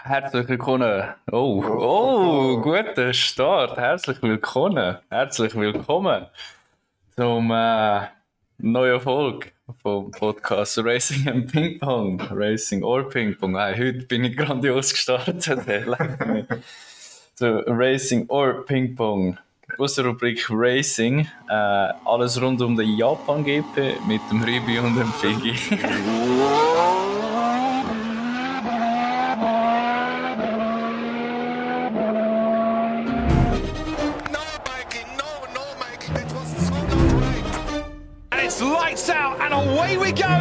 Herzlich willkommen. Guter Start. Herzlich willkommen. Herzlich willkommen zum neuen Folge vom Podcast Racing and Ping Pong. Racing or Ping Pong. Hey, heute bin ich grandios gestartet. So, Racing or Ping Pong. Aus der Rubrik Racing. Alles rund um den Japan GP mit dem Ribi und dem Figi. Lights out and away we go!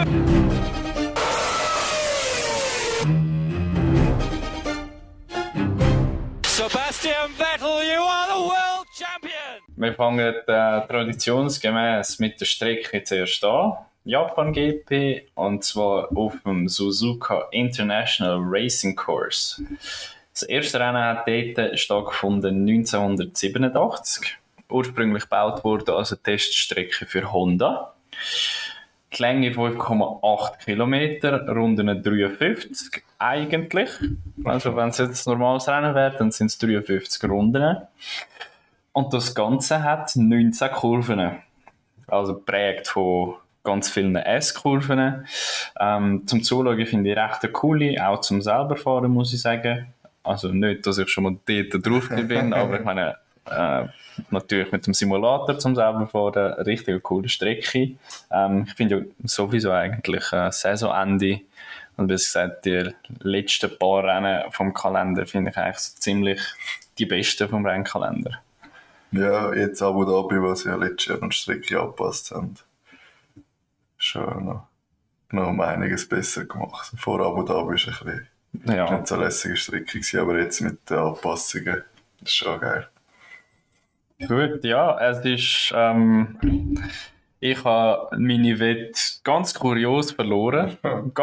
Sebastian Vettel, you are the world champion! Wir fangen traditionsgemäß mit der Strecke zuerst an. Japan GP, und zwar auf dem Suzuka International Racing Course. Das erste Rennen hat dort stattgefunden 1987. Ursprünglich gebaut wurde als eine Teststrecke für Honda. Die Länge 5,8 Kilometer, Runden 53 eigentlich. Also wenn es jetzt ein normales Rennen wäre, dann sind es 53 Runden. Und das Ganze hat 19 Kurven. Also geprägt von ganz vielen S-Kurven. Zum Zuschauen finde ich recht cool, auch zum selber fahren, muss ich sagen. Also nicht, dass ich schon mal dort drauf bin, aber ich meine, natürlich mit dem Simulator zum selber fahren, eine richtig coole Strecke. Ich finde ja sowieso eigentlich Saisonende und wie gesagt, die letzten paar Rennen vom Kalender finde ich eigentlich so ziemlich die besten vom Rennkalender. Ja, jetzt Abu Dhabi, was ja letztes Jahr noch die Strecke angepasst haben, schon noch um einiges besser gemacht. Vor Abu Dhabi war es ein bisschen nicht so eine lässige Strecke gewesen, aber jetzt mit den Anpassungen ist schon geil. Gut, ja, es ist, ich habe meine Wette ganz kurios verloren.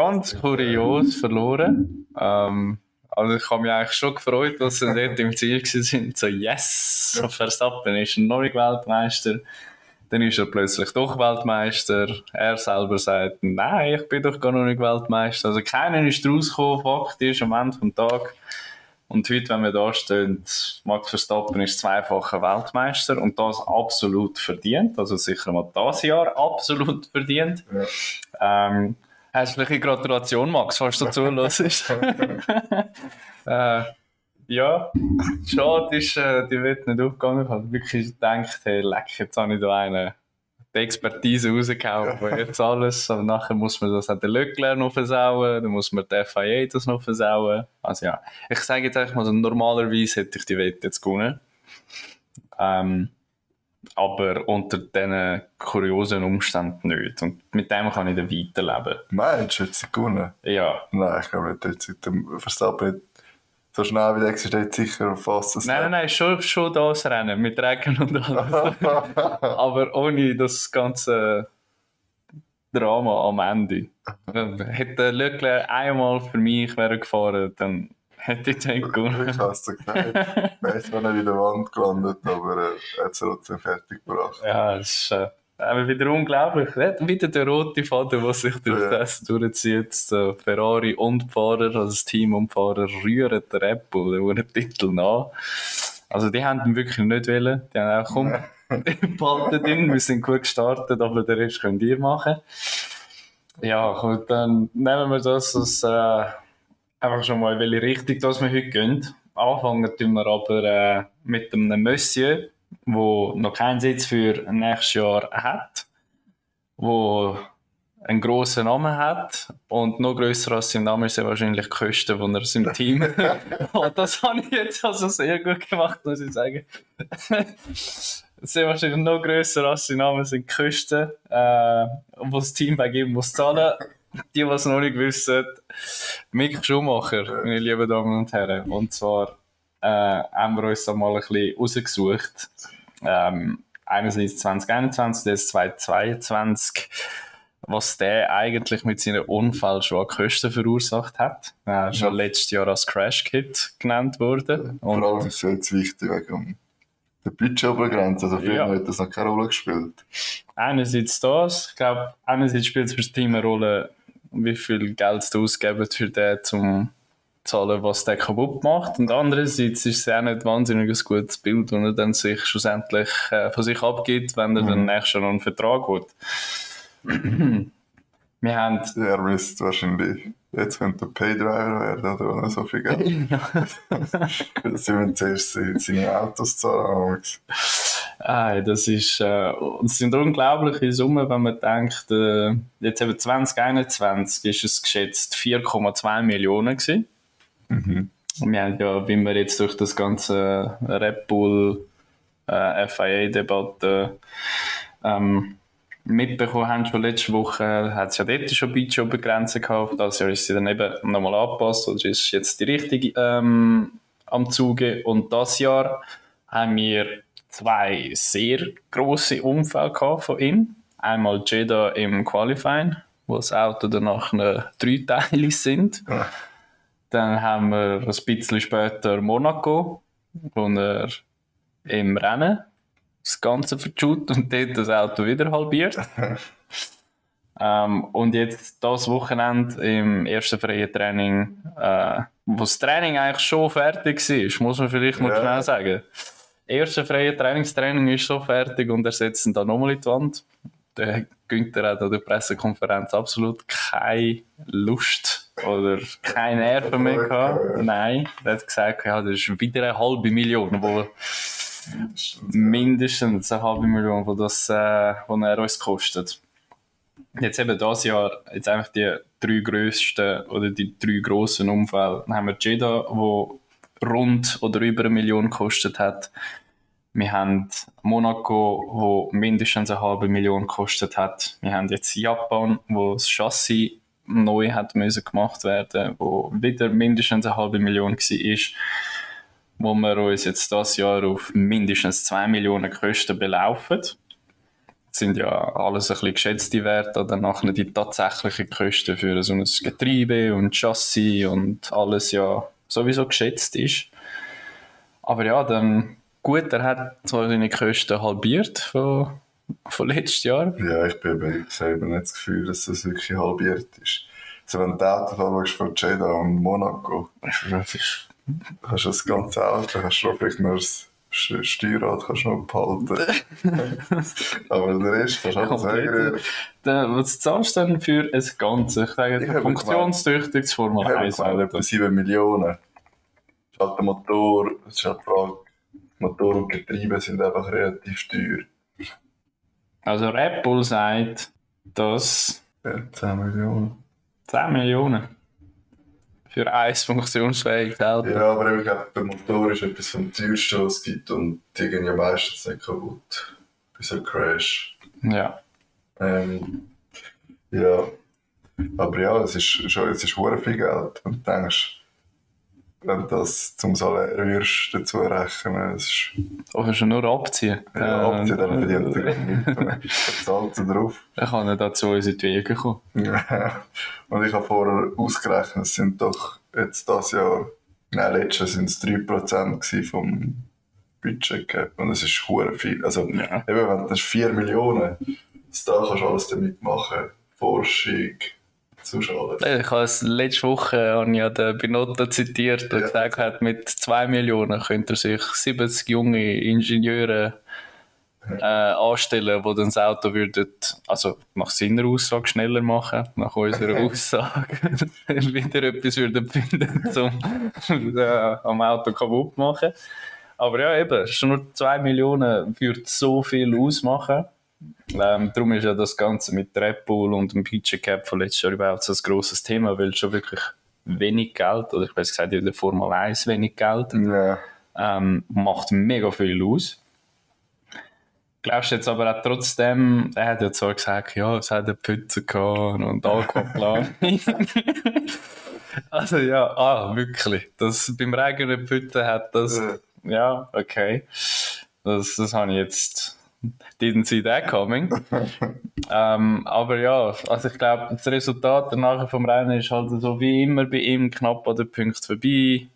Also ich habe mich eigentlich schon gefreut, dass sie dort im Ziel waren. So, yes, Verstappen ist noch nicht Weltmeister. Dann ist er plötzlich doch Weltmeister. Er selber sagt, nein, ich bin doch gar noch nicht Weltmeister. Also keiner ist rausgekommen, faktisch am Ende des Tages. Und heute, wenn wir da stehen, Max Verstappen ist zweifacher Weltmeister und das absolut verdient. Also sicher mal das Jahr absolut verdient. Ja. Herzliche Gratulation, Max, falls du zuhörst. Ja, schade ist, die wird nicht aufgegangen. Ich habe wirklich gedacht, hey, leck, jetzt habe ich da einen die Expertise rausgehauen, ja. Jetzt alles, aber nachher muss man das an den Leclerc noch versauen, dann muss man der FIA das noch versauen. Also ja, ich sage jetzt einfach mal so, normalerweise hätte ich die Wette jetzt gewonnen. Aber unter diesen kuriosen Umständen nicht. Und mit dem kann ich dann weiterleben. Meinst du, hat sie gewonnen? Ja. Nein, ich glaube nicht, dass der Verstappen nicht so schnell wie der existiert, sicher fast. Nein, schon das Rennen, mit Regen und alles. Aber ohne das ganze Drama am Ende. Hätte Leclerc einmal für mich gefahren, dann hätte ich den gewonnen. Ich habe es dir gesagt. Er ist zwar nicht in der Wand gelandet, aber er hat es trotzdem fertig gebracht. Ja, das ist aber wieder unglaublich. Wieder der rote Faden, der sich durch das durchzieht. So Ferrari und Fahrer, also das Team und Fahrer, rühren den Red Bull, den Titel nach. Also die haben ihn wirklich nicht wollen. Die haben auch, komm, behalten ihn, wir sind gut gestartet, aber den Rest könnt ihr machen. Ja, und dann nehmen wir das als einfach schon mal, welche Richtung dass wir heute gehen. Anfangen tun wir aber mit einem Monsieur, der noch keinen Sitz für nächstes Jahr hat, der einen grossen Namen hat und noch grösser als sein Name sind wahrscheinlich die Kosten, die er seinem Team hat. Das habe ich jetzt also sehr gut gemacht, muss ich sagen. Es sind wahrscheinlich noch grösser als sein Name sind die Kosten, die das Team bei ihm muss zahlen. Die es noch nicht wissen, Mick Schumacher, meine lieben Damen und Herren. Und zwar haben wir uns da mal ein bisschen rausgesucht. Einerseits 2021, jetzt 2022, was der eigentlich mit seinen Unfall schon an Kosten verursacht hat. Schon letztes Jahr als Crash-Kit genannt wurde. Vor allem ist es jetzt wichtig wegen der Budgetobergrenze. Also früher hat das noch keine Rolle gespielt. Einerseits das. Ich glaube, einerseits spielt es für das Team eine Rolle, wie viel Geld sie ausgeben für den, zahlen, was der kaputt macht. Und andererseits ist es auch nicht wahnsinnig ein gutes Bild, das er dann sich schlussendlich von sich abgibt, wenn er dann nächstes Jahr noch einen Vertrag hat. Wir haben... Er müsste wahrscheinlich jetzt könnte er Paydriver werden, oder? Wenn er so viel Geld sie müssen zuerst seine Autos zahlen. Das sind unglaubliche Summen, wenn man denkt, jetzt eben 2021 ist es geschätzt 4,2 Millionen gewesen. Und wir haben ja, wie wir jetzt durch das ganze Red Bull FIA-Debatte mitbekommen haben, schon letzte Woche hat es ja dort schon Budgetobergrenzen gehabt. Das Jahr ist sie dann eben nochmal angepasst oder ist jetzt die richtige am Zuge. Und das Jahr haben wir 2 sehr grosse Unfälle gehabt von ihm. Einmal Jeddah im Qualifying, wo das Auto danach 3 Teile sind. Ja. Dann haben wir ein bisschen später Monaco, wo er im Rennen das Ganze vertut und dort das Auto wieder halbiert. Und jetzt das Wochenende im ersten freien Training, wo das Training eigentlich schon fertig war, muss man vielleicht mal schnell sagen. Erste freie Training ist so fertig und er setzt ihn dann nochmal in die Wand. Der Günther hat an der Pressekonferenz absolut keine Lust oder keine Nerven mehr gehabt. Nein, er hat gesagt, ja, das ist wieder 500.000, wo mindestens 500.000, wo er uns kostet. Jetzt eben dieses Jahr, jetzt einfach die 3 grössten oder die 3 grossen Unfälle. Dann haben wir Jeddah, wo rund oder über 1 Million gekostet hat. Wir haben Monaco, wo mindestens 500.000 gekostet hat. Wir haben jetzt Japan, wo das Chassis neu hat müssen gemacht werden, wo wieder mindestens 500.000 war, wo wir uns jetzt dieses Jahr auf mindestens 2 Millionen Kosten belaufen. Das sind ja alles ein bisschen geschätzte Werte, oder nachher die tatsächlichen Kosten für so ein Getriebe und Chassis und alles ja sowieso geschätzt ist. Aber ja, dann gut, er hat zwar seine Kosten halbiert von letztes Jahr. Ja, ich habe selber nicht das Gefühl, dass das wirklich halbiert ist. Also wenn du die Autos anschaust von Jeddah und Monaco, hast du das ganze Auto, hast du vielleicht nur das Steuerrad kannst du noch behalten. Aber der Rest kannst du auch sagen. Was zahlst du denn für ein Ganzes? Ich sage, ein funktionstüchtiges Formel 1 Auto. Etwa 7 Millionen. Das ist halt der Motor, das ist halt die Frage. Motor und Getriebe sind einfach relativ teuer. Also Red Bull sagt, dass... Ja, 10 Millionen. 10 Millionen? Für ein funktionsfähiges Auto? Ja, aber ich glaube, der Motor ist etwas vom teuersten, was es gibt und die gehen ja meistens nicht kaputt. Bis ein Crash. Ja. Ja. Aber ja, es ist verdammt viel Geld. Und du denkst, wenn du das zum Salär dazu rechnen, es ist... Oder schon nur abziehen? Ja, abziehen, dann verdient er nichts mehr. Er zahlt so drauf. Dann kann er da zu uns in die Wege kommen. Ja. Und ich habe vorher ausgerechnet, es sind doch jetzt das Jahr, letztes Jahr sind es 3% vom Budget gehabt. Und es ist verdammt viel. Also, eben, wenn das 4 Millionen, da kannst du alles damit machen. Forschung, Zuschauer. Ich habe letzte Woche den Binotto zitiert, der gesagt hat, mit 2 Millionen könnte er sich 70 junge Ingenieure anstellen, die dann das Auto würden, also nach seiner Aussage schneller machen, nach unserer Aussage wieder etwas würden finden, um am Auto kaputt zu machen. Aber ja, eben, schon nur 2 Millionen würde so viel ausmachen. Darum ist ja das Ganze mit Red Bull und dem Budget Cap von letztes Jahr überhaupt so ein grosses Thema, weil schon wirklich wenig Geld, oder ich weiß gesagt, in der Formel 1 wenig Geld, macht mega viel aus. Glaubst du jetzt aber auch trotzdem, er hat ja zwar gesagt, ja, es hat eine Pfütze gehabt und Aquaplan. Also ja, wirklich, das beim Regen eine Pfütze hat das, ja, okay, das habe ich jetzt... Didn't see that coming. Aber ja, also ich glaube, das Resultat danach vom Rennen ist halt so wie immer bei ihm knapp an den Punkten vorbei.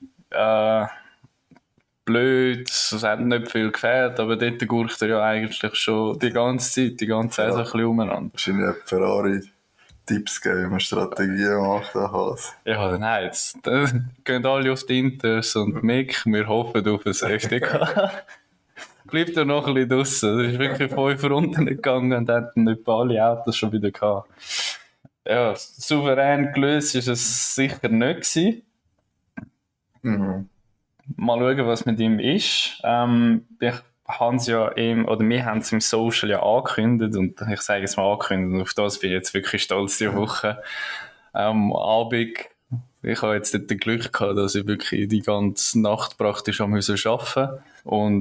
Blöd, es hat nicht viel gefehlt, aber dort gurkt er ja eigentlich schon die ganze Zeit, die ganze Saison ein bisschen umeinander. Wahrscheinlich hat Ferrari Tipps geben, wie man Strategien macht, Haas. Ja, nein, jetzt gehen alle auf die Inters und Mick, wir hoffen auf ein Safety Car. Bleibt er noch ein bisschen draussen. Es ist wirklich 5 Runden gegangen und hatten nicht alle Autos schon wieder gehabt. Ja, souverän gelöst war es sicher nicht gewesen. Mhm. Mal schauen, was mit ihm ist. Wir haben es im Social ja angekündigt und ich sage es mal angekündigt und auf das bin ich jetzt wirklich stolz diese Woche. Abend, ich habe jetzt nicht das Glück gehabt, dass ich wirklich die ganze Nacht praktisch arbeiten musste. Und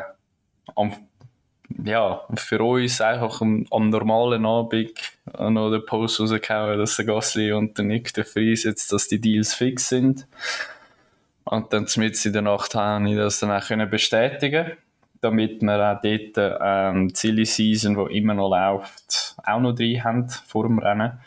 für uns einfach am normalen Abend noch den Post rausgehauen, dass der Gasly und der Nick de Vries jetzt, dass die Deals fix sind. Und dann mitten in der Nacht habe ich das dann auch bestätigen, damit wir auch dort die Silly Season, die immer noch läuft, auch noch drin haben vor dem Rennen.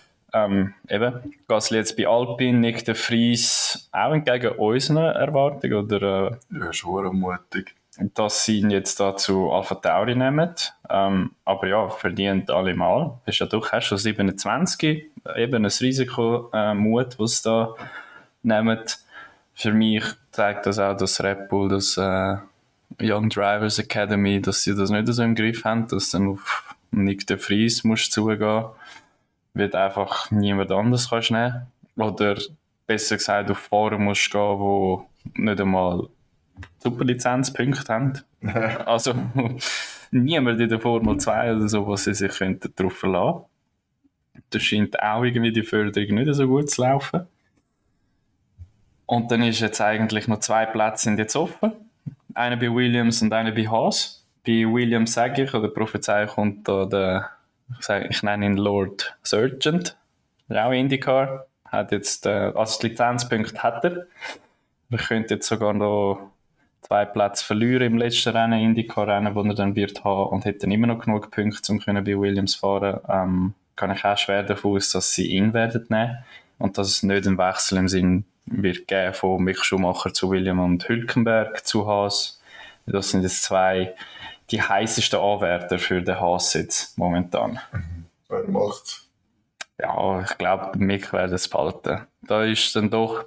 Gasly jetzt bei Alpine, Nick de Vries auch entgegen unseren Erwartungen, oder? Ja, schon mutig. Dass sie ihn jetzt da zu Alpha Tauri nehmen. Aber ja, verdient allemal. Du hast schon 27, eben ein Risiko, Mut, was sie da nehmen. Für mich zeigt das auch, dass Red Bull, das Young Drivers Academy, dass sie das nicht so im Griff haben, dass dann auf Nick de Vries musst zugehen, wird einfach niemand anders kannst nehmen. Oder besser gesagt auf Fahrer musst gehen, die nicht einmal super Lizenzpunkte haben. Also niemand in der Formel 2 oder so, was sie sich darauf verlassen könnten. Da scheint auch irgendwie die Förderung nicht so gut zu laufen. Und dann ist jetzt eigentlich noch 2 Plätze sind jetzt offen. Einer bei Williams und einer bei Haas. Bei Williams sage ich, oder Prophezei kommt da ich nenne ihn Lord Sergeant. Auch IndyCar. Hat jetzt, also die Lizenzpunkte hat er. Er könnte jetzt sogar noch 2 Plätze verlieren im letzten Rennen, IndyCar-Rennen, das er dann wird haben, und hätte dann immer noch genug Punkte, um bei Williams fahren. Kann ich auch schwer davon aus, dass sie ihn werden nehmen und dass es nicht einen Wechsel im Sinn wird geben von Mick Schumacher zu William und Hülkenberg zu Haas. Das sind jetzt 2 die heißesten Anwärter für den Haas jetzt momentan. Wer macht's? Ja, ich glaube, Mick wird es behalten. Da ist dann doch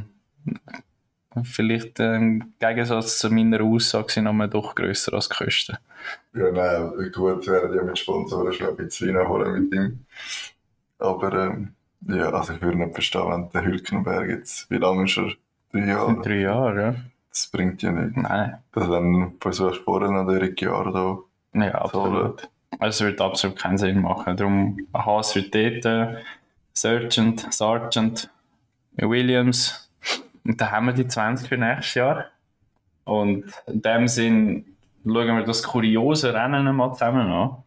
vielleicht im Gegensatz zu meiner Aussage noch mal doch grösser als die Kosten. Ja, nein, gut, werden ja mit Sponsoren schon ein bisschen reinholen mit ihm. Aber ja, also ich würde nicht verstehen, wenn der Hülkenberg jetzt, wie lange ist er? 3 Jahre? 3 Jahre, ja. Das bringt ja nichts. Nein. Dass dann versuchst du vorher noch den Ricciardo da. Ja, absolut. Also es wird absolut keinen Sinn machen. Darum Haas wird dort, Sargent, Williams. Und dann haben wir die 20 für nächstes Jahr. Und in dem Sinn schauen wir das kuriose Rennen mal zusammen an.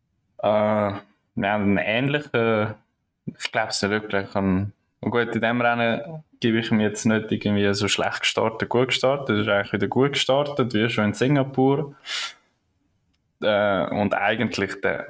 Wir haben einen ähnlichen, ich glaube, es ist wirklich ein. Und gut, in diesem Rennen gebe ich mir jetzt nicht irgendwie so schlecht gestartet, gut gestartet. Es ist eigentlich wieder gut gestartet, wie schon in Singapur. Und eigentlich der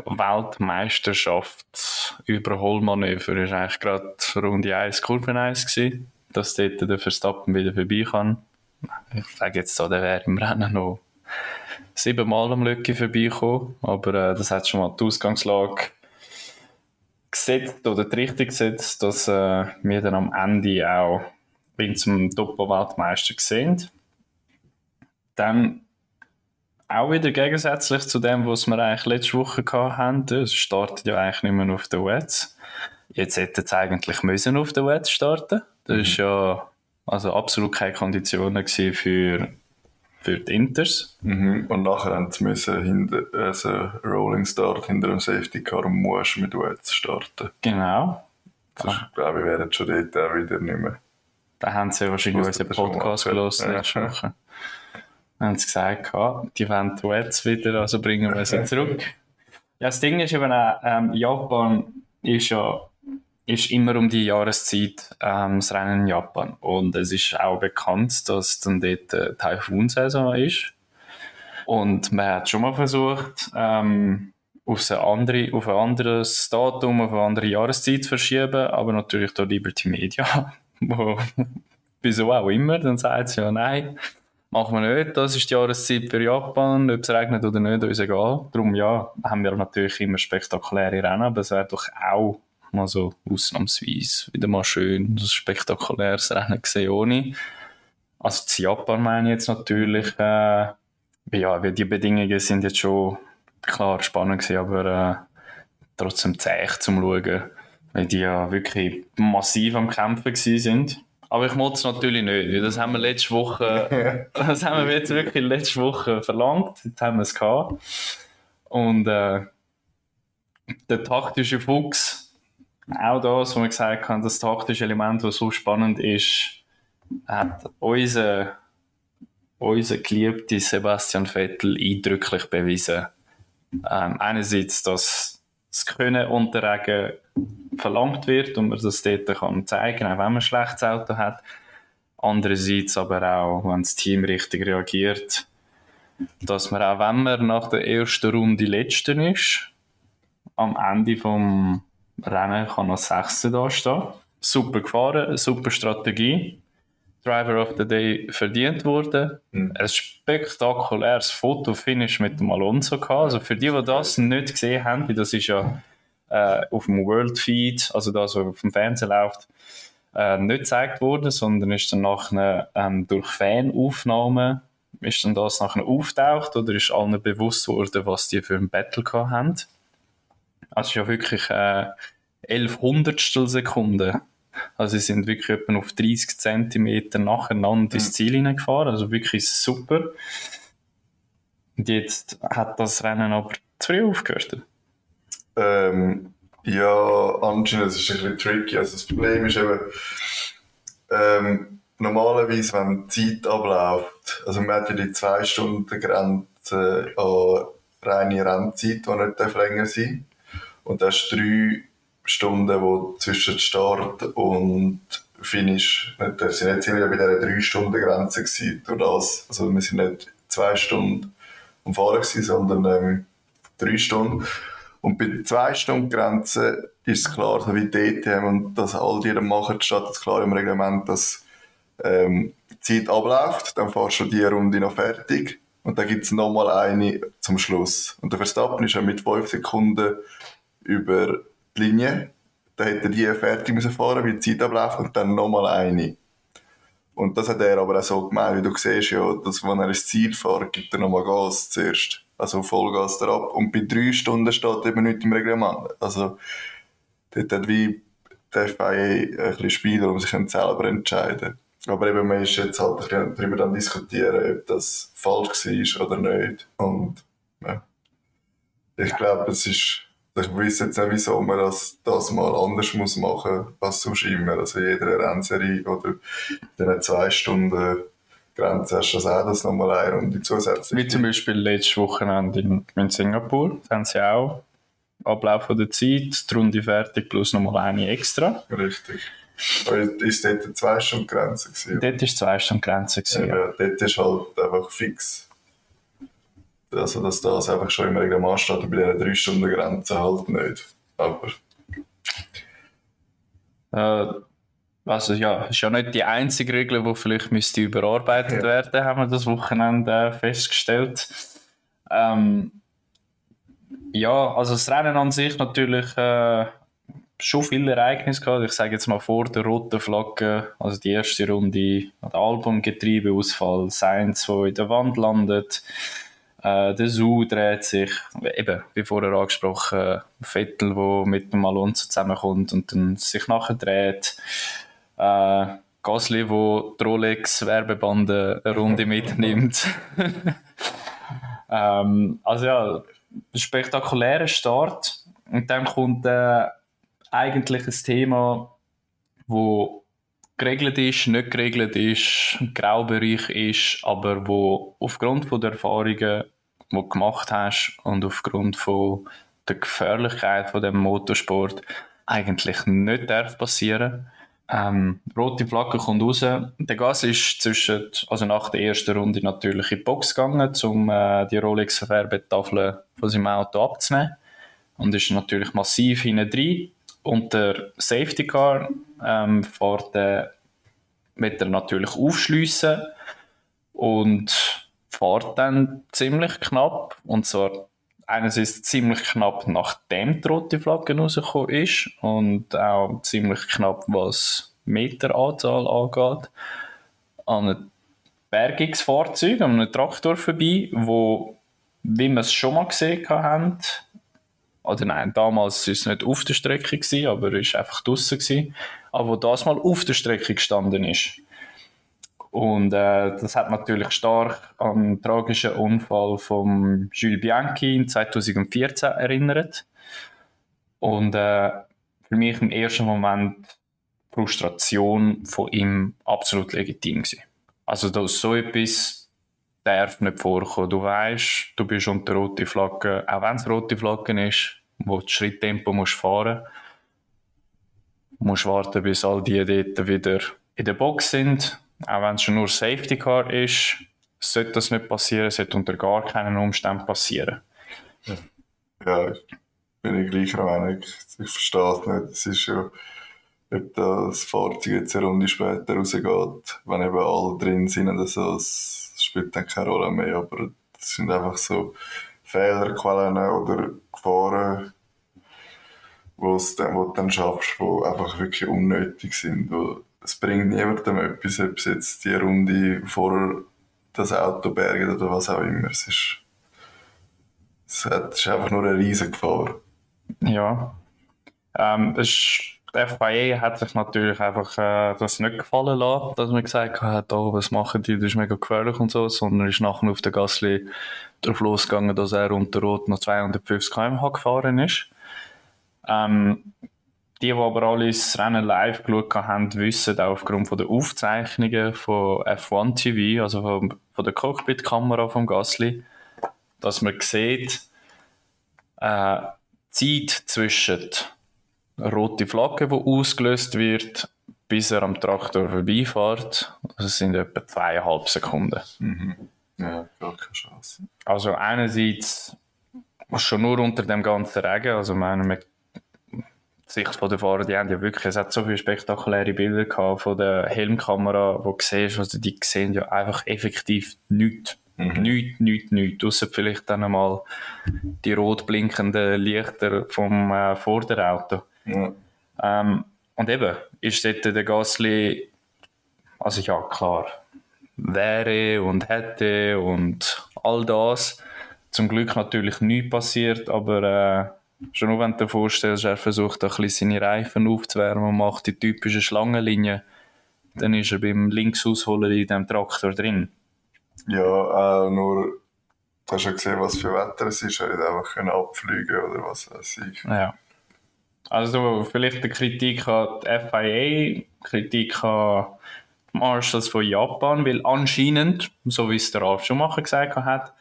Weltmeisterschaftsüberholmanöver ist eigentlich gerade Runde 1, Kurve 1 gewesen, dass dort der Verstappen wieder vorbei kann. Ich sage jetzt so, der wäre im Rennen noch 7 Mal am Lücke vorbeikommen, aber das hat schon mal die Ausgangslage gesetzt oder die Richtung gesetzt, dass wir dann am Ende auch zum Doppel-Weltmeister sehen. Dann auch wieder gegensätzlich zu dem, was wir eigentlich letzte Woche hatten. Es startet ja eigentlich nicht mehr auf den Wets. Jetzt hätte es eigentlich müssen auf den Wets starten. Das ist ja also absolut keine Konditionen für die Inters. Und nachher haben sie müssen Rolling Start hinter dem Safety Car und musst mit Wets starten. Genau. Das glaube ich, werden schon dort auch wieder nicht mehr. Da haben sie wahrscheinlich unseren Podcast gelassen letzte Woche. Haben sie gesagt, die wollen die Wets wieder, also bringen wir sie zurück. Ja, das Ding ist eben auch, Japan ist immer um die Jahreszeit das Rennen in Japan. Und es ist auch bekannt, dass dann dort Taifun-Saison ist. Und man hat schon mal versucht, auf ein anderes Datum, auf eine andere Jahreszeit zu verschieben, aber natürlich da Liberty Media, wo wieso auch immer, dann sagt sie ja, nein, machen wir nicht, das ist die Jahreszeit für Japan, ob es regnet oder nicht, ist egal. Darum ja, haben wir natürlich immer spektakuläre Rennen, aber es wäre doch auch mal so ausnahmsweise wieder mal schön, ein spektakuläres Rennen gesehen ohne. Also zu Japan meine ich jetzt natürlich, ja, die Bedingungen sind jetzt schon klar spannend gewesen, aber trotzdem zäh zum Schauen, weil die ja wirklich massiv am Kämpfen gewesen sind. Aber ich muss es natürlich nicht. Das haben wir letzte Woche, das haben wir jetzt wirklich letzte Woche verlangt. Jetzt haben wir es gehabt. Und der taktische Fuchs, auch das, was wir gesagt haben, das taktische Element, das so spannend ist, hat unser geliebter Sebastian Vettel eindrücklich bewiesen. Einerseits, dass das Können unter Regen verlangt wird und man das dort kann zeigen, auch wenn man ein schlechtes Auto hat. Andererseits aber auch, wenn das Team richtig reagiert, dass man auch, wenn man nach der ersten Runde Letzter ist, am Ende vom Rennen kann als Sechster da stehen. Super gefahren, super Strategie. Driver of the Day verdient wurde. Ein spektakuläres Fotofinish mit dem Alonso gehabt. Also für die das nicht gesehen haben, weil das ist ja auf dem World Feed, also das, was auf dem Fernsehen läuft, nicht gezeigt worden, sondern ist dann nachher durch Fanaufnahmen ist dann das nachher auftaucht oder ist allen bewusst worden, was die für ein Battle gehabt haben. Also es ist ja wirklich 11 Hundertstel Sekunden. Also sie sind wirklich etwa auf 30 cm nacheinander ins Ziel hineingefahren, also wirklich super. Und jetzt hat das Rennen aber zu früh aufgehört. Ja, anscheinend ist es ein bisschen tricky. Also das Problem ist eben, normalerweise, wenn die Zeit abläuft, also man hat ja die 2-Stunden-Grenze an reine Rennzeit, die nicht länger sein darf. Und das ist 3 Stunden, die zwischen Start und Finish nicht sind. Jetzt sind wir bei dieser 3-Stunden-Grenze gewesen. Durch das, also wir sind nicht 2 Stunden am Fahren gewesen, sondern 3 Stunden. Und bei der 2-Stunden-Grenze ist es klar, so wie die DTM und das all die machen, steht es klar im Reglement, dass die Zeit abläuft, dann fährst du die Runde noch fertig und dann gibt es nochmal eine zum Schluss. Und der Verstappen ist ja mit 5 Sekunden über die Linie, dann hätte er die fertig müssen fahren, wie die Zeit abläuft und dann nochmal eine. Und das hat er aber auch so gemeint, wie du siehst, ja, dass wenn er ins Ziel fährt, gibt er nochmal Gas zuerst. Also Vollgas drauf. Und bei 3 Stunden steht eben nichts im Reglement. Also dort hat wie die FIA ein bisschen Spieler, um sich selber entscheiden. Aber eben, man ist jetzt halt ein bisschen darüber dann diskutieren, ob das falsch war oder nicht. Und ja, ich glaube, es ist, ich weiß jetzt nicht, wieso man das mal anders muss machen als sonst immer. Also jede Rennserie oder diese 2 Stunden Grenze hast du das nochmal eine Runde zusätzlich. Wie zum Beispiel letztes Wochenende in Singapur. Da haben sie auch Ablauf der Zeit, die Runde fertig plus nochmal eine extra. Richtig. Ist dort eine 2-Stunden-Grenze gewesen? Dort war 2-Stunden-Grenze. Ja, dort ist halt einfach fix. Also, dass das einfach schon im Reglement steht, bei dieser 3-Stunden-Grenze halt nicht. Aber. Also ja, ist ja nicht die einzige Regel, die vielleicht müsste überarbeitet werden, haben wir das Wochenende festgestellt. Ja, also das Rennen an sich natürlich schon viele Ereignisse gehabt. Ich sage jetzt mal vor der roten Flagge, also die erste Runde, der Albon-Getriebeausfall, Sainz, der in der Wand landet, der Su dreht sich, eben, wie vorher angesprochen, Vettel, der mit dem Alonso zusammenkommt und dann sich nachher dreht. Gasly, wo die Rolex-Werbebande eine Runde mitnimmt. Also ja, ein spektakulärer Start. Und dann kommt eigentlich ein Thema, wo geregelt ist, nicht geregelt ist, ein Graubereich ist, aber wo aufgrund von der Erfahrungen, die du gemacht hast und aufgrund von der Gefährlichkeit von dem Motorsport eigentlich nicht darf passieren. Rote Flagge kommt raus. Der Gas ist also nach der ersten Runde natürlich in die Box gegangen, um die Rolex-Werbetafel von seinem Auto abzunehmen. Und ist natürlich massiv hinten drin. Und der Safety Car wird er natürlich aufschliessen und fährt dann ziemlich knapp. Und zwar einerseits ziemlich knapp nachdem die rote Flagge rausgekommen ist und auch ziemlich knapp, was Meteranzahl angeht, an einem Bergungsfahrzeug, an einem Traktor vorbei, wo, wie wir es schon mal gesehen haben, oder nein, damals war es nicht auf der Strecke gewesen, aber es war einfach draussen gewesen, aber wo das mal auf der Strecke gestanden ist. Und das hat natürlich stark an den tragischen Unfall von Jules Bianchi in 2014 erinnert. Und für mich im ersten Moment die Frustration von ihm absolut legitim gewesen. Also dass so etwas darf nicht vorkommen. Du weißt, du bist unter rote Flagge, auch wenn es rote Flagge ist, wo du Schritttempo musst fahren musst warten, bis all die dort wieder in der Box sind. Auch wenn es schon nur Safety Car ist, sollte das nicht passieren, sollte unter gar keinen Umständen passieren. Ja, bin ich gleicher Meinung. Ich verstehe es nicht. Es ist ja, ob das Fahrzeug jetzt eine Runde später rausgeht, wenn eben alle drin sind und so, das spielt dann keine Rolle mehr. Aber das sind einfach so Fehlerquellen oder Gefahren, wo du dann schaffst, die einfach wirklich unnötig sind. Es bringt niemandem etwas, ob es jetzt die Runde vor das Auto bergt oder was auch immer. Es ist einfach nur eine riesige Gefahr. Ja. Die FIA hat sich natürlich einfach das nicht gefallen lassen, dass man gesagt hat, oh, was machen die, das ist mega gefährlich und so, sondern ist nachher auf der Gasly darauf losgegangen, dass er unter Rot noch 250 km/h gefahren ist. Die aber alle das Rennen live geschaut haben, wissen auch aufgrund von der Aufzeichnungen von F1 TV, also von der Cockpit-Kamera vom Gasly, dass man sieht, Zeit zwischen rote Flagge, die ausgelöst wird, bis er am Traktor vorbeifährt. Das sind etwa 2,5 Sekunden. Mhm. Ja, gar keine Chance. Also einerseits schon nur unter dem ganzen Regen, also meine Sicht von der Fahrer, die haben ja wirklich, es hat so viele spektakuläre Bilder gehabt von der Helmkamera, wo du siehst, also die sehen ja einfach effektiv nichts. Nichts. Ausser vielleicht dann einmal die rot blinkenden Lichter vom Vorderauto. Ja. Und eben, ist dort der Gasly, also ja, klar, wäre und hätte und all das. Zum Glück natürlich nichts passiert, aber schon nur wenn du dir vorstellst, er versucht ein bisschen seine Reifen aufzuwärmen und macht die typische Schlangenlinie, dann ist er beim Linksausholen in diesem Traktor drin. Ja, nur, du hast ja gesehen, was für Wetter es ist, er hätte einfach abfliegen oder was weiß ich. Ja. Also vielleicht eine Kritik an die FIA, Kritik an die Marshals von Japan, weil anscheinend, so wie es der Ralf Schumacher gesagt hat,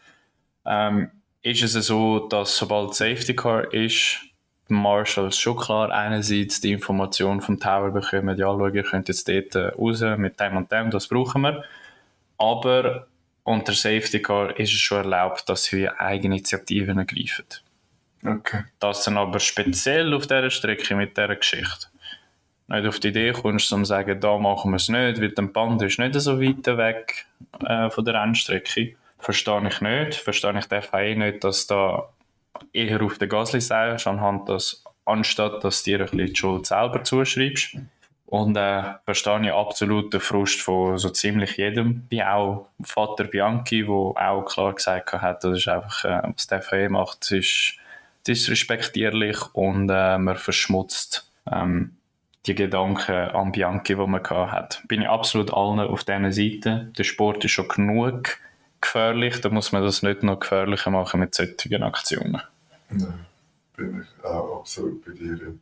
ist es so, dass sobald Safety Car ist, die Marshals schon klar einerseits die Information vom Tower bekommen, ja, schau, ihr könnt jetzt dort raus mit dem und dem, das brauchen wir. Aber unter Safety Car ist es schon erlaubt, dass sie Eigeninitiativen ergreifen. Okay. Das dann aber speziell auf dieser Strecke mit dieser Geschichte. Nicht auf die Idee kommst, um zu sagen, da machen wir es nicht, weil der Band ist nicht so weit weg von der Rennstrecke. Verstehe ich nicht. Verstehe ich die FIA nicht, dass da eher auf den Gasly sagst, anstatt dass du dir ein bisschen die Schuld selber zuschreibst. Und verstehe ich absolut den Frust von so ziemlich jedem, wie auch Vater Bianchi, der auch klar gesagt hat, das ist einfach, was die FIA macht, das ist respektierlich und man verschmutzt die Gedanken an Bianchi, die man hat. Bin ich absolut allen auf dieser Seite. Der Sport ist schon genug gefährlich, da muss man das nicht noch gefährlicher machen mit solchen Aktionen. Nein, bin ich auch absolut bei dir.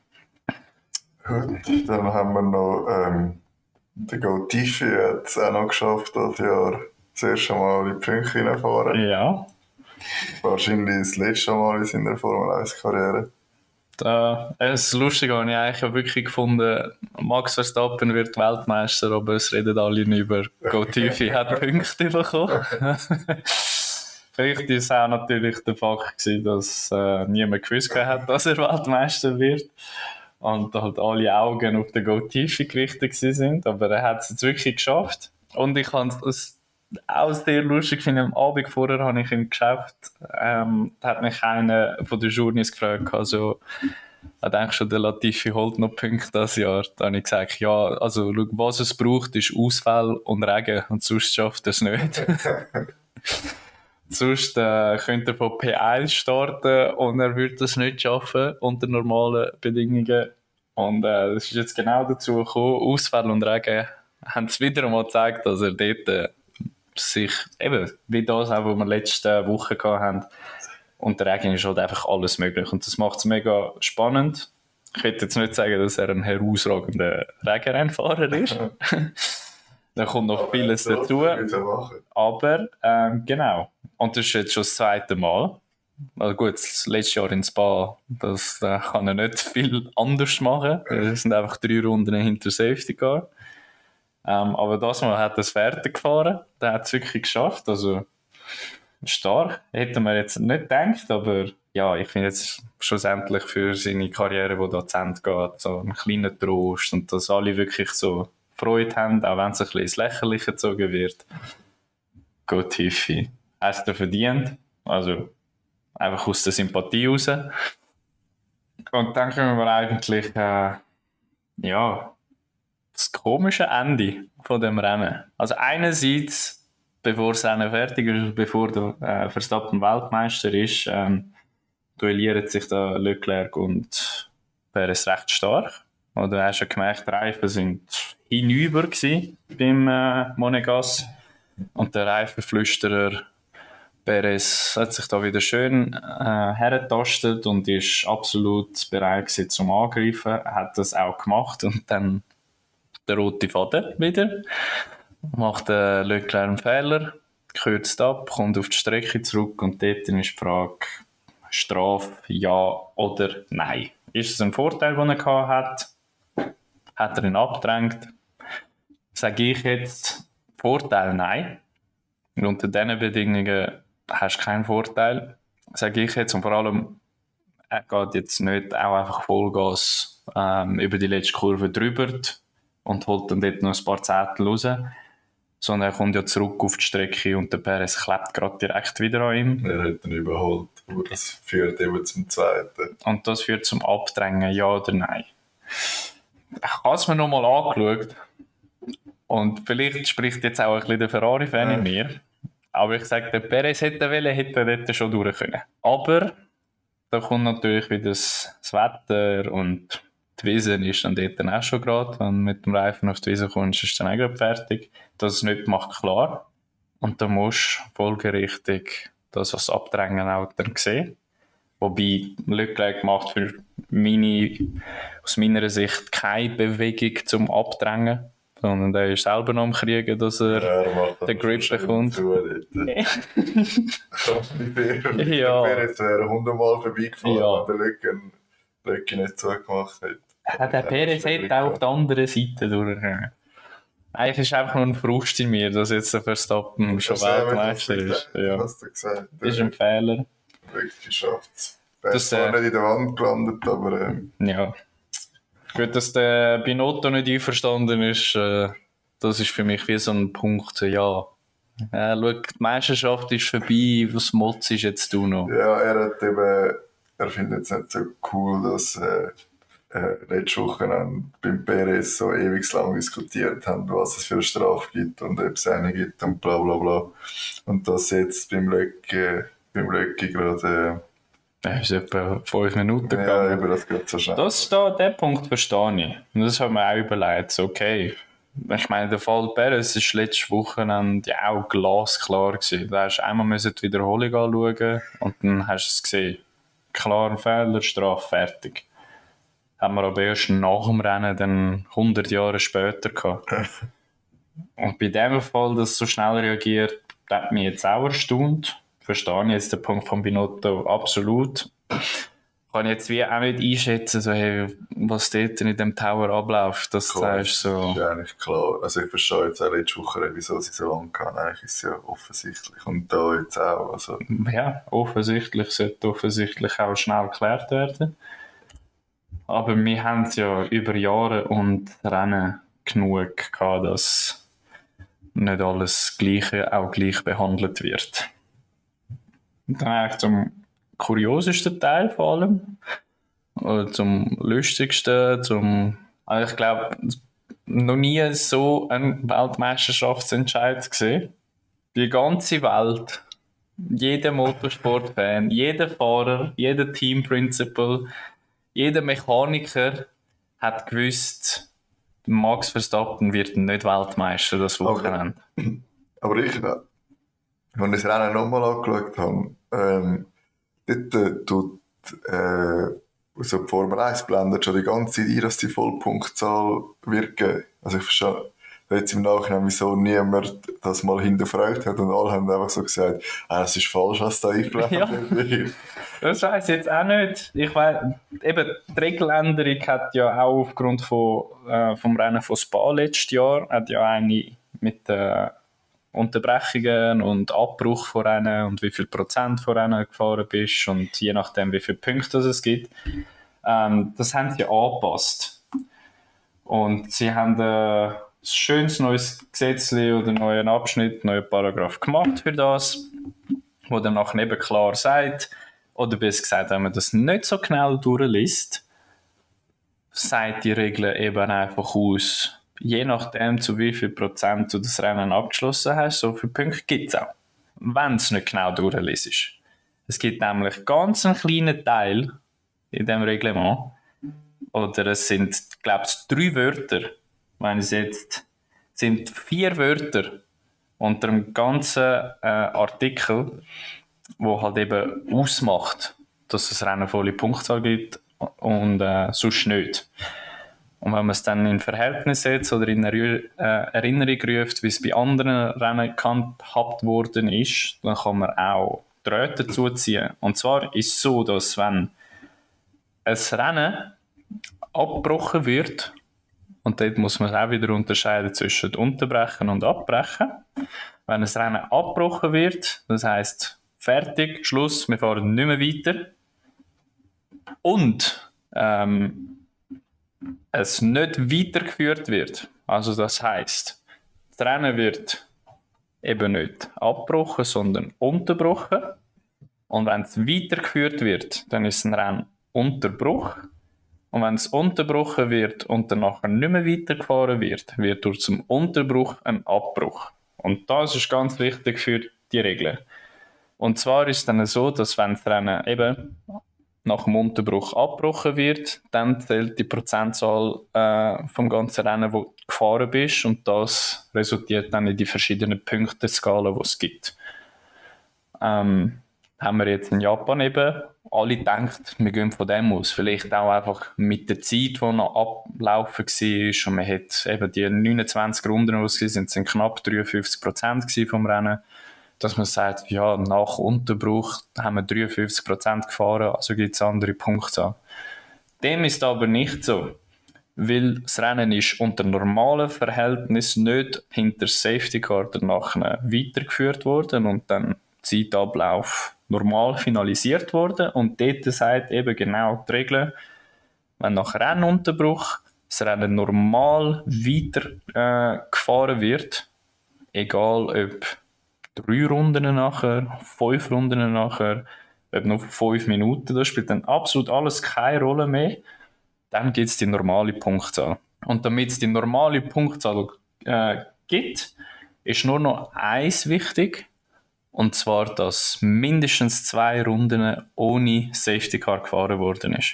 Gut, dann haben wir noch der Go-Tifi hat es auch noch geschafft, das Jahr das erste Mal in die Punkte reinfahren. Ja. Wahrscheinlich das letzte Mal in seiner Formel-1-Karriere. Das Lustige habe ich eigentlich wirklich gefunden, Max Verstappen wird Weltmeister, aber es reden alle nicht über Go-Tifi hat Punkte bekommen. Vielleicht war es auch natürlich der Fakt gewesen, dass niemand gewusst hat, dass er Weltmeister wird. Und halt alle Augen auf den Go-Tifi gerichtet sind. Aber er hat es jetzt wirklich geschafft. Und ich habe es auch sehr lustig finde, am Abend vorher habe ich im Geschäft, da hat mich einer von den Journeys gefragt, also, ich denke schon, der Latifi holt noch Punkte dieses Jahr. Da habe ich gesagt, ja, also, schau, was es braucht, ist Ausfall und Regen und sonst schafft er es nicht. Sonst könnte er von P1 starten und er würde das nicht schaffen unter normalen Bedingungen. Und das ist jetzt genau dazu gekommen. Ausfall und Regen haben es wieder einmal gezeigt, dass er dort sich, eben, wie das auch, was wir letzte Woche hatten, und der Regen ist halt einfach alles möglich. Und das macht es mega spannend. Ich will jetzt nicht sagen, dass er ein herausragender Regenrennfahrer ist. Da kommt noch vieles dazu. Aber, genau. Und das ist jetzt schon das zweite Mal. Also gut, das letzte Jahr in Spa, das kann er nicht viel anders machen. Es sind einfach 3 Runden hinter Safety Car. Aber das Mal hat er es fertig gefahren. Der hat es wirklich geschafft. Also stark. Hätten wir jetzt nicht gedacht, aber ja, ich finde jetzt schlussendlich für seine Karriere, die da zu Ende geht, so einen kleinen Trost und dass alle wirklich so Freude haben, auch wenn es ein bisschen ins Lächerliche gezogen wird. Gut, Tiffy. Hast du verdient. Also einfach aus der Sympathie raus. Und dann kommen wir eigentlich, ja, das komische Ende von dem Rennen. Also einerseits, bevor das Rennen fertig ist, bevor der Verstappen Weltmeister ist, duellieren sich da Leclerc und Perez recht stark. Oder du hast ja gemerkt, die Reifen sind hinüber gewesen beim Monegas. Und der Reifenflüsterer Perez hat sich da wieder schön hergetastet und ist absolut bereit gewesen zum Angreifen. Er hat das auch gemacht und dann der rote Faden wieder. Macht Leclerc einen Fehler, kürzt ab, kommt auf die Strecke zurück und dort ist die Frage, Strafe, ja oder nein. Ist es ein Vorteil, den er hat? Hat er ihn abgedrängt? Sage ich jetzt, Vorteil nein. Und unter diesen Bedingungen hast du keinen Vorteil. Sage ich jetzt, und vor allem, er geht jetzt nicht auch einfach Vollgas über die letzte Kurve drüber und holt dann dort noch ein paar Zettel raus, sondern er kommt ja zurück auf die Strecke und der Perez klebt gerade direkt wieder an ihm. Er hat ihn überholt, aber das führt eben zum Zweiten. Und das führt zum Abdrängen, ja oder nein. Ich habe es mir nochmal angeschaut und vielleicht spricht jetzt auch ein bisschen der Ferrari-Fan in mir, aber ich sage, der Perez hätte er dort schon durch können. Aber da kommt natürlich wieder das Wetter und die Wiese ist dann dort auch schon gerade. Wenn du mit dem Reifen auf die Wiese kommst, ist dann auch gerade fertig. Dass es nicht macht, klar. Und da musst du folgerichtig das als Abdrängen auch dann sehen. Wobei Leclerc macht aus meiner Sicht keine Bewegung zum Abdrängen, sondern der ist selber noch am Kriegen, dass er den Grip bekommt. Ja. Perez wäre 100-mal vorbeigefahren, wenn der Leclerc nicht zugemacht hätte. Der Perez hätte auch auf der anderen Seite durchgegangen. Eigentlich ist einfach nur ein Frust in mir, dass jetzt der Verstappen schon Weltmeister ist. Ja. Hast du gesagt? Das ist ein Fehler. Wirklich geschafft. Er ist zwar nicht in der Wand gelandet, aber... Ja. Gut, dass der Binotto nicht einverstanden ist, das ist für mich wie so ein Punkt, ja. Schau, die Meisterschaft ist vorbei, was motzt ist jetzt du noch? Ja, er findet es nicht so cool, dass letzte Woche beim Perez so ewig lang diskutiert haben, was es für eine Strafe gibt und ob es eine gibt und bla bla bla. Und das jetzt beim Löcki gerade... ist etwa 5 Minuten gegangen. Ja, aber das geht so schnell. Den Punkt verstehe ich. Und das haben wir auch überlegt. Okay. Ich meine, der Fall Perez ist letzte Wochenende ja auch glasklar gewesen. Da hast du einmal die Wiederholung anschauen und dann hast du es gesehen. Klarer Fehler, Strafe, fertig. Haben wir aber erst nach dem Rennen dann 100 Jahre später gehabt. Und bei dem Fall, dass so schnell reagiert, hat mich jetzt auch erstaunt. Verstehe ich jetzt den Punkt von Binotto absolut. Kann ich jetzt wie auch nicht einschätzen, so, hey, was dort in dem Tower abläuft. Das sagst so. Das ist eigentlich klar. Also ich verstehe jetzt auch letzte Woche, wieso sie so lange kann. Eigentlich ist es ja offensichtlich. Und da jetzt auch. Also. Ja, sollte offensichtlich auch schnell geklärt werden. Aber wir haben es ja über Jahre und Rennen genug gehabt, dass nicht alles Gleiche auch gleich behandelt wird. Und dann eigentlich zum kuriosesten Teil vor allem, oder zum lustigsten, also ich glaube, noch nie so ein Weltmeisterschaftsentscheid gesehen. Die ganze Welt, jeder Motorsportfan, jeder Fahrer, jeder Teamprincipal, jeder Mechaniker hat gewusst, Max Verstappen wird nicht Weltmeister das Wochenende. Aber ich, als ich das Rennen nochmal angeschaut habe, dort tut so die Formel 1 blendet schon die ganze Zeit ein, dass die Vollpunktzahl wirken. Also ich verstehe jetzt im Nachhinein, wieso niemand das mal hinterfragt hat und alle haben einfach so gesagt, es ist falsch, was da eingeblendet wird. Das weiss ich jetzt auch nicht. Ich weiss, eben, die Regeländerung hat ja auch aufgrund vom Rennen von Spa letztes Jahr, hat ja eine mit Unterbrechungen und Abbruch von Rennen und wie viel Prozent von Rennen gefahren bist und je nachdem, wie viele Punkte es gibt. Das haben sie angepasst. Und sie haben ein schönes neues Gesetz oder neuen Abschnitt, neuen Paragraph gemacht für das, wo dann nachher eben klar sagt, oder besser gesagt, wenn man das nicht so genau durchliest, sagt die Regel eben einfach aus, je nachdem, zu wie viel Prozent du das Rennen abgeschlossen hast, so viele Punkte gibt es auch. Wenn es nicht genau durchliest. Es gibt nämlich ganz einen kleinen Teil in diesem Reglement, oder es sind, glaube ich, 3 Wörter, wenn es jetzt sind 4 Wörter unter dem ganzen Artikel, wo halt eben ausmacht, dass es Rennen volle Punktzahl gibt und sonst nicht. Und wenn man es dann in Verhältnis setzt oder in Erinnerung ruft, wie es bei anderen Rennen gehandhabt worden ist, dann kann man auch Drähte dazu ziehen. Und zwar ist es so, dass wenn ein Rennen abgebrochen wird, und dort muss man auch wieder unterscheiden zwischen unterbrechen und abbrechen. Wenn ein Rennen abgebrochen wird, das heisst fertig, Schluss, wir fahren nicht mehr weiter, und es nicht weitergeführt wird, also das heisst, das Rennen wird eben nicht abgebrochen, sondern unterbrochen, und wenn es weitergeführt wird, dann ist ein Rennunterbruch. Und wenn es unterbrochen wird und dann nachher nicht mehr weitergefahren wird, wird durch zum Unterbruch ein Abbruch. Und das ist ganz wichtig für die Regeln. Und zwar ist es dann so, dass wenn das Rennen eben nach dem Unterbruch abgebrochen wird, dann zählt die Prozentzahl vom ganzen Rennen, wo du gefahren bist, und das resultiert dann in die verschiedenen Punkteskalen, die es gibt. Haben wir jetzt in Japan eben alle gedacht, wir gehen von dem aus. Vielleicht auch einfach mit der Zeit, die noch ablaufen war. Und man hat eben die 29 Runden, die es waren, sind knapp 53% vom Rennen. Dass man sagt, ja, nach Unterbruch haben wir 53% gefahren, also gibt es andere Punkte. Dem ist aber nicht so. Weil das Rennen ist unter normalen Verhältnissen nicht hinter Safety Car danach weitergeführt worden und dann Zeitablauf normal finalisiert worden. Und dort sagt eben genau die Regel, wenn nach Rennunterbruch das Rennen normal weiter gefahren wird, egal ob 3 Runden nachher, 5 Runden nachher, ob noch 5 Minuten, das spielt dann absolut alles keine Rolle mehr, dann gibt es die normale Punktzahl. Und damit es die normale Punktzahl gibt, ist nur noch eins wichtig, und zwar, dass mindestens 2 Runden ohne Safety Car gefahren worden ist.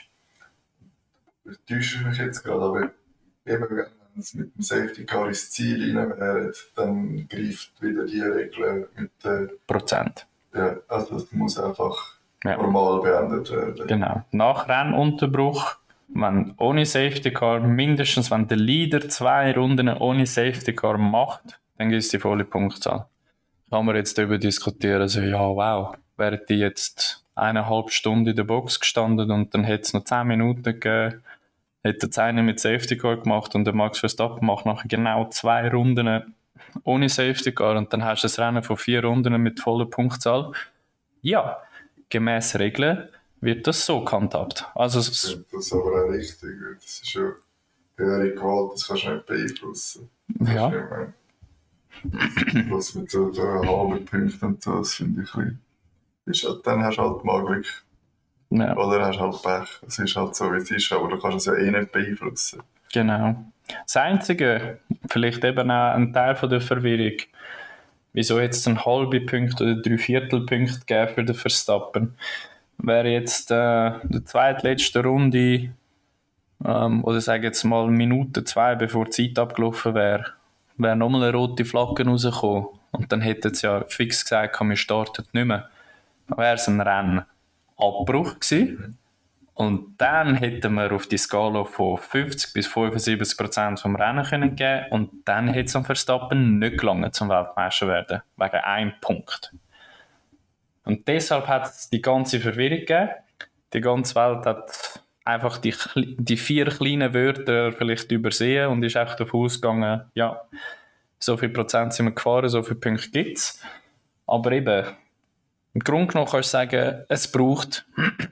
Das täusche mich jetzt gerade, aber eben wenn es mit dem Safety Car ins Ziel rein wäre, dann greift wieder die Regel mit den Prozent. Ja, also es muss einfach normal beendet werden. Genau. Nach Rennunterbruch, wenn ohne Safety Car, mindestens wenn der Leader 2 Runden ohne Safety Car macht, dann gibt es die volle Punktzahl. Kann man jetzt darüber diskutieren, also ja, wow, wären die jetzt 1,5 Stunden in der Box gestanden und dann hätte es noch 10 Minuten gegeben, hätte jetzt einer mit Safety Car gemacht und der Max Verstappen macht nachher genau 2 Runden ohne Safety Car und dann hast du das Rennen von 4 Runden mit voller Punktzahl. Ja, gemäss Regeln wird das so gehandhabt. Also, das ist aber auch richtig, das ist ja höhere Gewalt, das kannst du nicht beeinflussen. Ja. Was mit so halben Punkten und so, das finde ich ein bisschen... Dann hast du halt mal Glück. Ja. Oder hast halt Pech. Es ist halt so, wie es ist, aber du kannst es ja eh nicht beeinflussen. Genau. Das Einzige, vielleicht eben auch ein Teil von der Verwirrung, wieso jetzt ein halbe Punkt oder 3/4 Punkt geben für den Verstappen, wäre jetzt der zweitletzte Runde, oder sage jetzt mal Minute 2, bevor die Zeit abgelaufen wäre nochmal eine rote Flagge rausgekommen. Und dann hätten sie ja fix gesagt, wir starten nicht mehr. Dann wäre es ein Rennabbruch gewesen. Und dann hätten wir auf die Skala von 50 bis 75% vom Rennen können geben und dann hätte es am Verstappen nicht gelangt, zum Weltmeister werden, wegen einem Punkt. Und deshalb hat es die ganze Verwirrung gegeben. Die ganze Welt hat einfach die 4 kleinen Wörter vielleicht übersehen und ist echt davon ausgegangen, ja, so viel Prozent sind wir gefahren, so viele Punkte gibt es. Aber eben, im Grunde genommen kannst du sagen, es braucht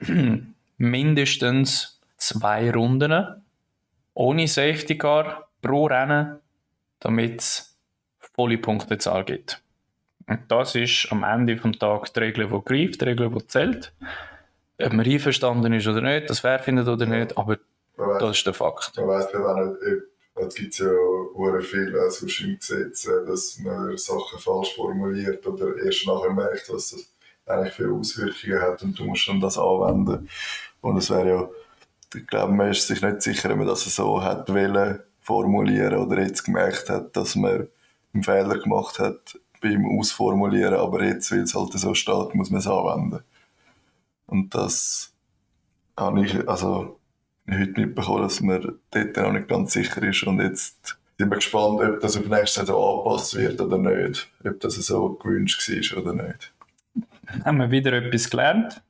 mindestens 2 Runden ohne Safety Car pro Rennen, damit es volle Punktezahl gibt. Und das ist am Ende des Tages die Regel, die greift, die Regel, die zählt. Ob man einverstanden ist oder nicht, das wer findet oder nicht, aber das ist der Fakt. Man weiss ja auch nicht, es gibt ja sehr viele so Scheingesetze, dass man Sachen falsch formuliert oder erst nachher merkt, was das eigentlich für Auswirkungen hat und du musst dann das anwenden. Und es wäre ja, ich glaube, man ist sich nicht sicher, ob man das so hat wollen formulieren oder jetzt gemerkt hat, dass man einen Fehler gemacht hat beim Ausformulieren, aber jetzt, weil es halt so steht, muss man es anwenden. Und das habe ich heute mitbekommen, dass man dort noch nicht ganz sicher ist. Und jetzt sind wir gespannt, ob das auf nächste Saison angepasst wird oder nicht. Ob das so gewünscht war oder nicht. Haben wir wieder etwas gelernt.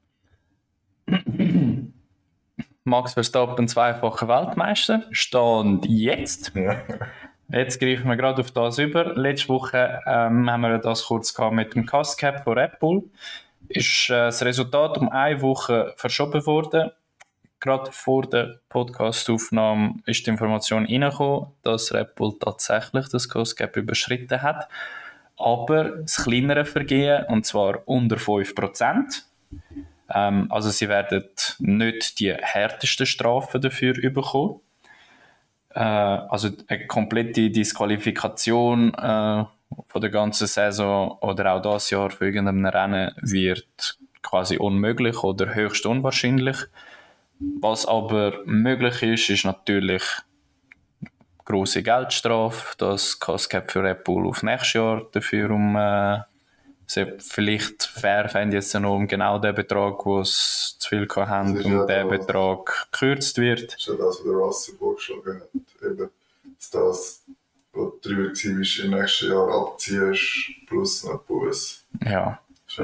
Max Verstappen, zweifacher Weltmeister. Stand jetzt. Ja. Jetzt greifen wir gerade auf das über. Letzte Woche haben wir das kurz gehabt mit dem Cost Cap von Red Bull. Ist das Resultat um 1 Woche verschoben worden. Gerade vor der Podcast-Aufnahme ist die Information reingekommen, dass Red Bull tatsächlich das Cost Cap überschritten hat. Aber das kleinere Vergehen, und zwar unter 5%. Also sie werden nicht die härtesten Strafen dafür bekommen. Also eine komplette Disqualifikation von der ganzen Saison oder auch das Jahr für irgendeinem Rennen wird quasi unmöglich oder höchst unwahrscheinlich. Was aber möglich ist, ist natürlich grosse Geldstrafe, das Cost Cap für Red Bull auf nächstes Jahr dafür vielleicht fair fände jetzt noch um genau den Betrag, den sie zu viel haben, um den Betrag gekürzt wird. Das ist ja das, was der Russell vorgeschlagen hat. Eben, dass das, was drüber war, im nächsten Jahr abziehst, plus noch Bus. Ja.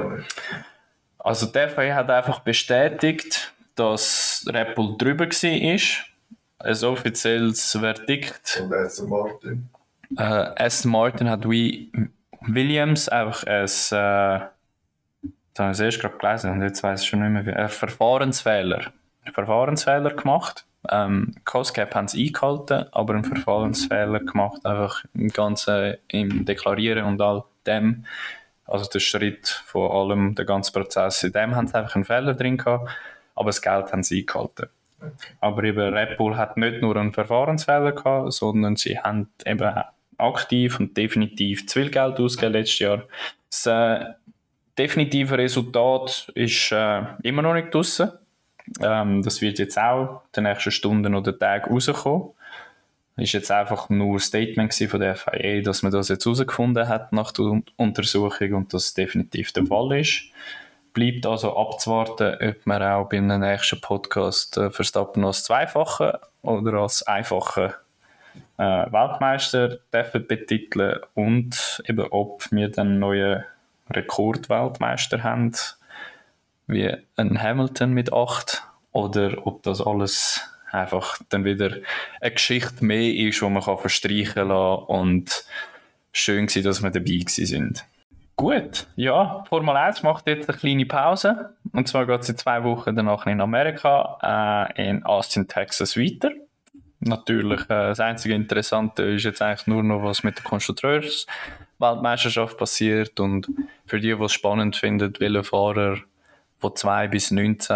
Also der FIA hat einfach bestätigt, dass Red Bull drüber war. Ein offizielles Verdikt. Und Aston Martin? Aston Martin hat wie Williams einfach das habe ich erst gerade gelesen und jetzt weiss ich schon nicht mehr, ein Verfahrensfehler gemacht. Cost Cap haben sie eingehalten, aber einen Verfahrensfehler gemacht, einfach im Ganzen, im Deklarieren und all dem. Also der Schritt von allem, der ganze Prozess, in dem haben sie einfach einen Fehler drin gehabt, aber das Geld haben sie eingehalten. Okay. Aber eben Red Bull hat nicht nur einen Verfahrensfehler gehabt, sondern sie haben eben aktiv und definitiv zu viel Geld ausgegeben letztes Jahr. Das definitive Resultat ist immer noch nicht draussen. Das wird jetzt auch in den nächsten Stunden oder Tagen rauskommen. Das ist jetzt einfach nur ein Statement von der FIA, dass man das jetzt herausgefunden hat nach der Untersuchung und das definitiv der Fall ist. Bleibt also abzuwarten, ob man auch beim nächsten Podcast Verstappen als zweifachen oder als einfachen Weltmeister dürfen betiteln und eben ob wir dann einen neuen Rekordweltmeister haben, wie ein Hamilton mit 8 oder ob das alles einfach dann wieder eine Geschichte mehr ist, die man verstreichen lassen kann und schön war, dass wir dabei sind. Gut, ja, Formel 1 macht jetzt eine kleine Pause und zwar geht es in 2 Wochen danach in Amerika, in Austin, Texas weiter. Natürlich, das einzige Interessante ist jetzt eigentlich nur noch, was mit der Weltmeisterschaft passiert und für die es spannend finden, welcher Fahrer, der 2 bis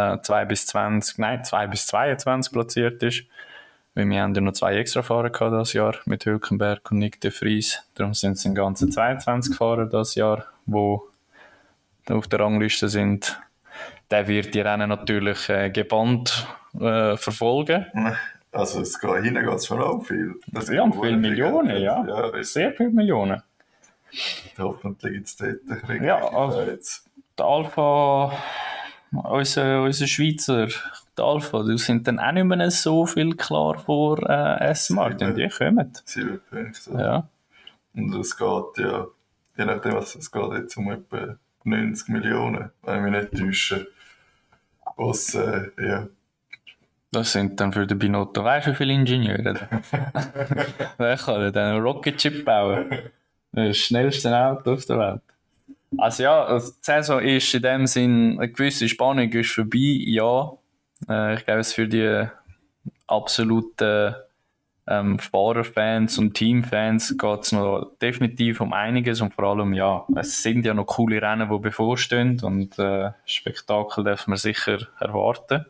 22 platziert ist. Weil wir haben ja noch 2 Extra-Fahrer gehabt dieses Jahr mit Hülkenberg und Nick de Vries. Darum sind es im Ganzen 22 Fahrer dieses Jahr, die auf der Rangliste sind. Der wird die Rennen natürlich gebannt verfolgen. Also hinten geht es schon auch viel. Ja, viele Millionen, ja. Sehr viele Millionen. Hoffentlich gibt es dort ein ja, also der Alpha, unser Schweizer, der Alpha, die sind dann auch nicht mehr so viel klar vor Aston Martin. Die kommen. 7 Punkte. Ja. Und es geht ja, je nachdem was es geht, jetzt um etwa 90 Millionen, wenn ich mich nicht täusche. Was, ja. Das sind dann für den Binotto, weißt du, wie viele Ingenieure? Der kann dann einen Rocket Chip bauen. Das schnellste Auto auf der Welt. Also ja, die Saison ist in dem Sinn, eine gewisse Spannung ist vorbei, ja. Ich glaube, es für die absoluten Fahrerfans und Teamfans geht es noch definitiv um einiges und vor allem, ja, es sind ja noch coole Rennen, die bevorstehen und Spektakel darf man sicher erwarten.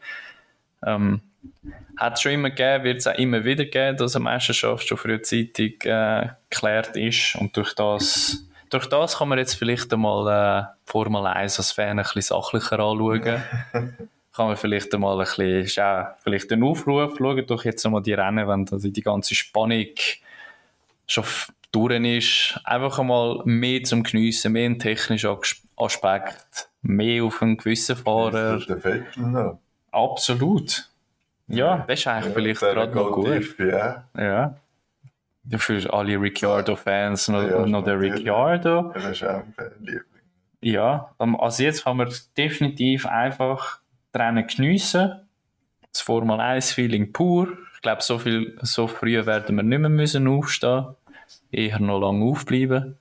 Hat es schon immer gegeben, wird es auch immer wieder geben, dass eine Meisterschaft schon frühzeitig geklärt ist und durch das kann man jetzt vielleicht einmal Formel 1 als Fan ein bisschen sachlicher anschauen. Kann man vielleicht einmal ein bisschen, vielleicht einen Aufruf schauen, doch jetzt einmal die Rennen, wenn also die ganze Spannung schon durch ist, einfach einmal mehr zum Geniessen, mehr einen technischen Aspekt, mehr auf einen gewissen Fahrer. Der Vettel noch. Absolut. Ja, das ist eigentlich vielleicht gerade noch gut. Ja. Für alle Ricciardo-Fans noch der Ricciardo. Das ist auch ein Fanliebling. Ja, also jetzt kann man definitiv einfach die Rennen geniessen. Das Formel 1-Feeling pur. Ich glaube, so früh werden wir nicht mehr müssen aufstehen. Eher noch lange aufbleiben.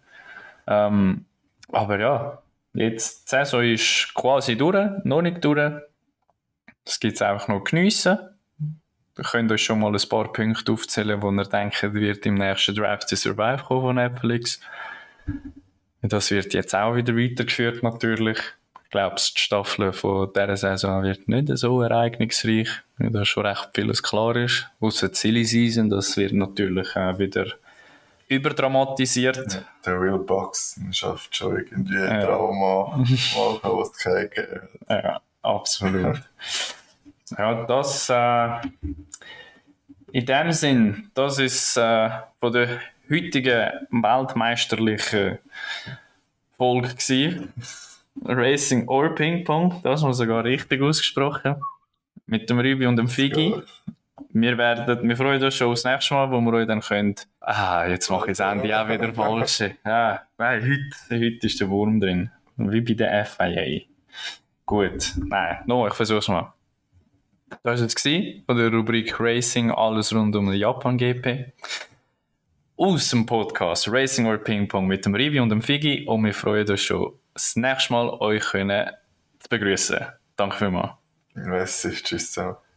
Aber ja, jetzt die Saison ist quasi durch, noch nicht durch. Das gibt es einfach noch geniessen. Ihr könnt euch schon mal ein paar Punkte aufzählen, wo ihr denkt, wird im nächsten Drive to Survive kommen von Netflix. Das wird jetzt auch wieder weitergeführt natürlich. Ich glaube, die Staffel von dieser Saison wird nicht so ereignisreich, weil da schon recht vieles klar ist. Ausser die Silly Season, das wird natürlich auch wieder überdramatisiert. Der Will Buxton schafft schon irgendwie ein Trauma, mal was kriegen. Ja, absolut. Ja, das in dem Sinn, das ist von der heutigen weltmeisterlichen Folge gewesen. Racing or Ping Pong, das haben wir sogar richtig ausgesprochen. Mit dem Rübi und dem Figi. Wir freuen uns schon aufs nächste Mal, wo wir euch dann können. Jetzt mache ich das Ende auch wieder falsch. Ja, nein, heute ist der Wurm drin. Wie bei der FIA. Gut, ich versuche es mal. Das war jetzt von der Rubrik Racing, alles rund um den Japan GP. Aus dem Podcast Racing or Ping Pong mit dem Rivi und dem Figi. Und wir freuen uns schon, das nächste Mal euch zu begrüßen. Danke vielmals. Tschüss zusammen.